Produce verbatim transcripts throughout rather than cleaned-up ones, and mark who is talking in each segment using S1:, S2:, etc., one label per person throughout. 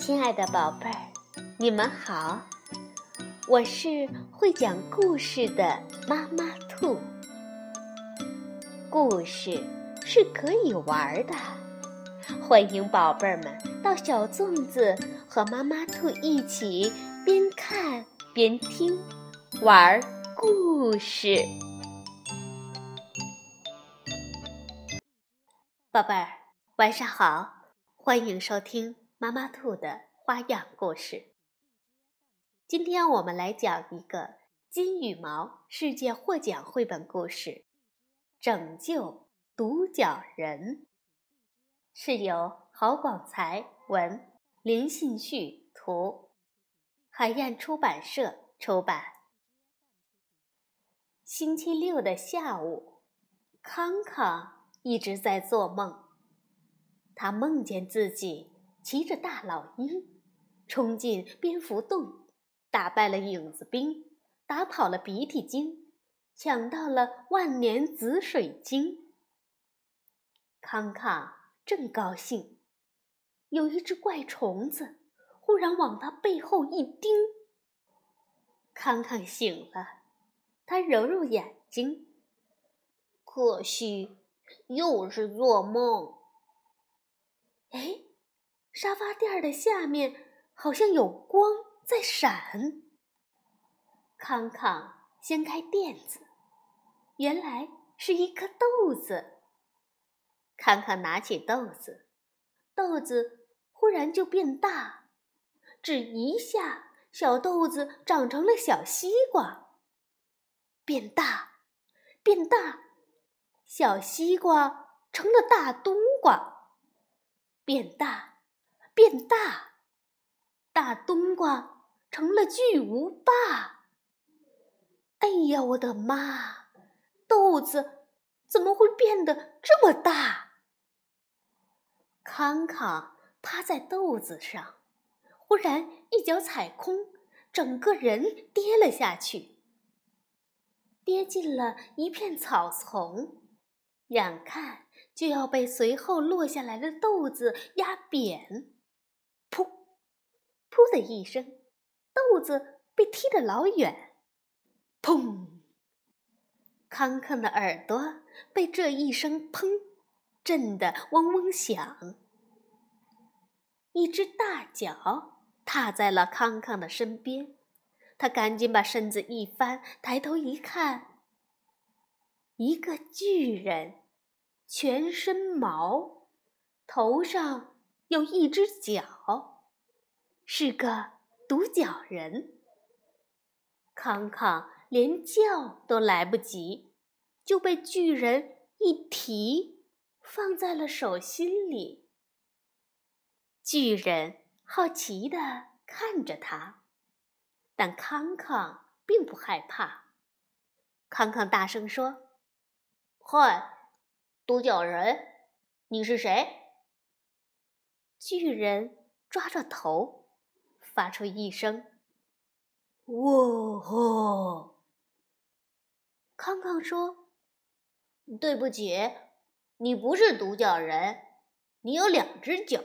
S1: 亲爱的宝贝儿，你们好，我是会讲故事的妈妈兔。故事是可以玩的，欢迎宝贝儿们到小粽子和妈妈兔一起边看边听，玩故事。宝贝儿，晚上好，欢迎收听妈妈兔的花样故事。今天我们来讲一个金羽毛世界获奖绘本故事，拯救独角人，是由郝广才文，林信旭图，海燕出版社出版。星期六的下午，康康一直在做梦。他梦见自己骑着大老鹰，冲进蝙蝠洞，打败了影子兵，打跑了鼻涕精，抢到了万年紫水晶。康康正高兴，有一只怪虫子忽然往他背后一叮。康康醒了，他揉揉眼睛，可惜又是做梦。哎，沙发垫的下面好像有光在闪。康康掀开垫子，原来是一颗豆子。康康拿起豆子，豆子忽然就变大，只一下，小豆子长成了小西瓜。变大，变大，小西瓜成了大冬瓜。变大，变大，大冬瓜成了巨无霸。哎呀，我的妈！豆子怎么会变得这么大？康康趴在豆子上，忽然一脚踩空，整个人跌了下去，跌进了一片草丛，眼看就要被随后落下来的豆子压扁。噗，噗的一声，豆子被踢得老远。砰！康康的耳朵被这一声砰震得嗡嗡响。一只大脚踏在了康康的身边，他赶紧把身子一翻，抬头一看，一个巨人，全身毛，头上有一只角，是个独角人。康康连叫都来不及，就被巨人一提，放在了手心里。巨人好奇地看着他，但康康并不害怕。康康大声说：“嗨，独角人，你是谁？”巨人抓着头，发出一声“喔吼”。康康说：“对不起，你不是独角人，你有两只脚。”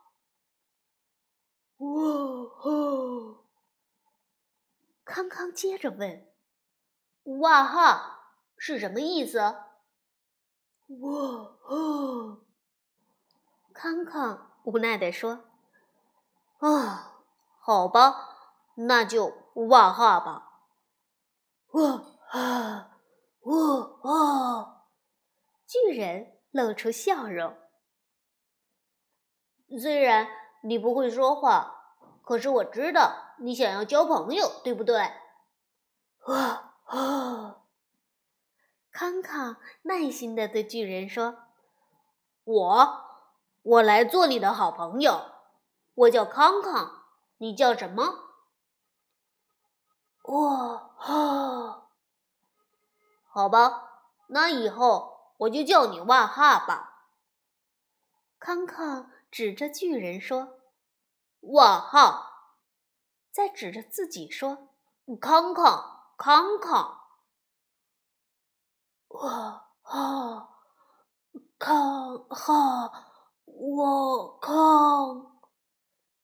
S1: 喔吼！康康接着问：“哇哈，是什么意思？”喔吼！康康无奈地说：“啊，好吧，那就哇哈吧。”哇哈，哇哈！巨人露出笑容。虽然你不会说话，可是我知道你想要交朋友，对不对？哇哈！康康耐心地对巨人说：“我，我来做你的好朋友。我叫康康，你叫什么？”哇哈！好吧，那以后我就叫你哇哈吧。康康指着巨人说：“哇哈！”再指着自己说：“康康，康康。”哇哈！康哈！我康！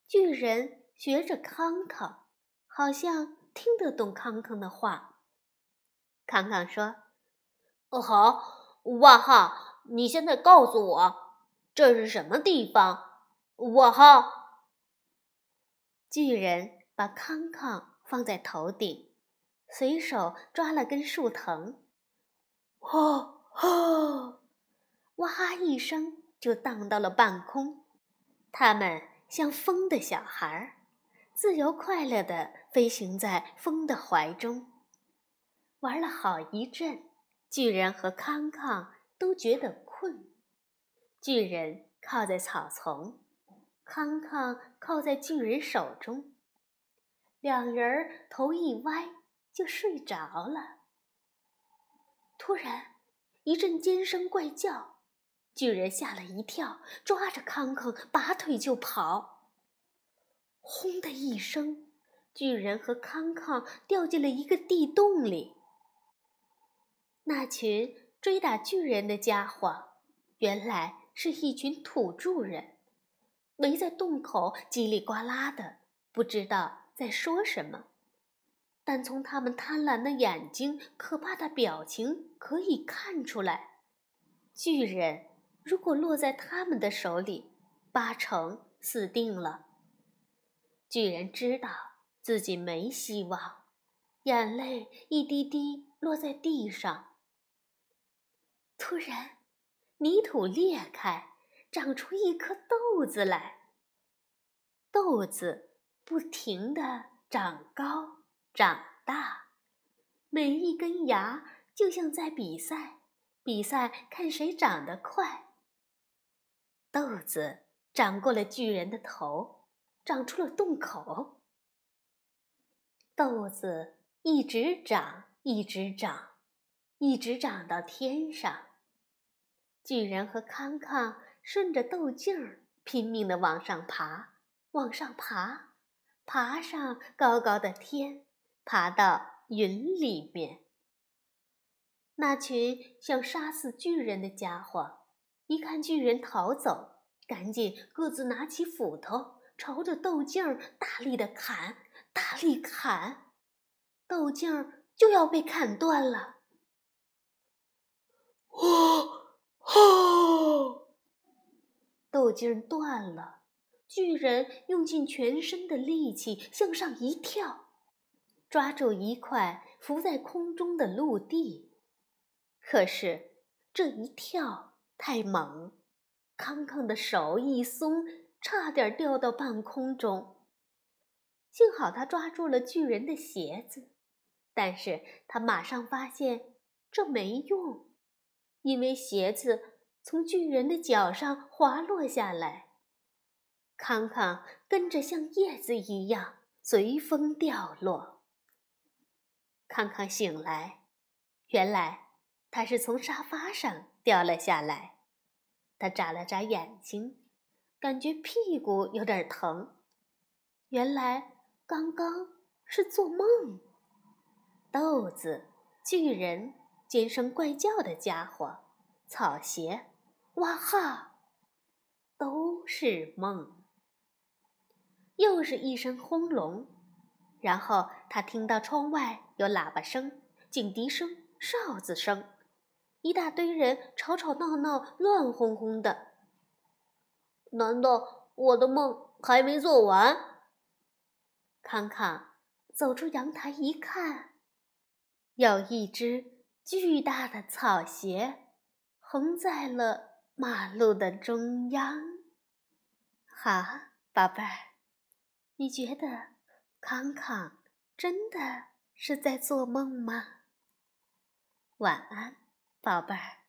S1: 巨人学着康康，好像听得懂康康的话。康康说：“哦，好，哇哈，你现在告诉我，这是什么地方？哇哈！”巨人把康康放在头顶，随手抓了根树藤，吼吼，哇哈一声就荡到了半空。他们像风的小孩，自由快乐地飞行在风的怀中。玩了好一阵，巨人和康康都觉得困。巨人靠在草丛，康康靠在巨人手中，两人头一歪就睡着了。突然，一阵尖声怪叫，巨人吓了一跳，抓着康康拔腿就跑。轰的一声，巨人和康康掉进了一个地洞里。那群追打巨人的家伙，原来是一群土著人，围在洞口叽里呱啦的，不知道在说什么。但从他们贪婪的眼睛、可怕的表情可以看出来，巨人如果落在他们的手里，八成死定了。巨人知道自己没希望，眼泪一滴滴落在地上。突然，泥土裂开，长出一颗豆子来。豆子不停地长高长大，每一根芽就像在比赛，比赛看谁长得快。豆子长过了巨人的头，长出了洞口。豆子一直长，一直长，一直长到天上。巨人和康康顺着豆茎儿拼命地往上爬，往上爬，爬上高高的天，爬到云里面。那群想杀死巨人的家伙，一看巨人逃走，赶紧各自拿起斧头，朝着豆茎儿大力地砍，大力砍，豆茎儿就要被砍断了。哦！哦，豆茎断了，巨人用尽全身的力气向上一跳，抓住一块浮在空中的陆地。可是这一跳太猛，康康的手一松，差点掉到半空中。幸好他抓住了巨人的鞋子，但是他马上发现这没用，因为鞋子从巨人的脚上滑落下来，康康跟着像叶子一样随风掉落。康康醒来，原来他是从沙发上掉了下来。他眨了眨眼睛，感觉屁股有点疼，原来刚刚是做梦。豆子、巨人、尖声怪叫的家伙、草鞋，哇哈，都是梦。又是一声轰隆，然后他听到窗外有喇叭声、警笛声、哨子声，一大堆人吵吵闹闹，乱哄哄的。难道我的梦还没做完？康康走出阳台一看，有一只巨大的草鞋横在了马路的中央。好，宝贝儿，你觉得康康真的是在做梦吗？晚安，宝贝儿。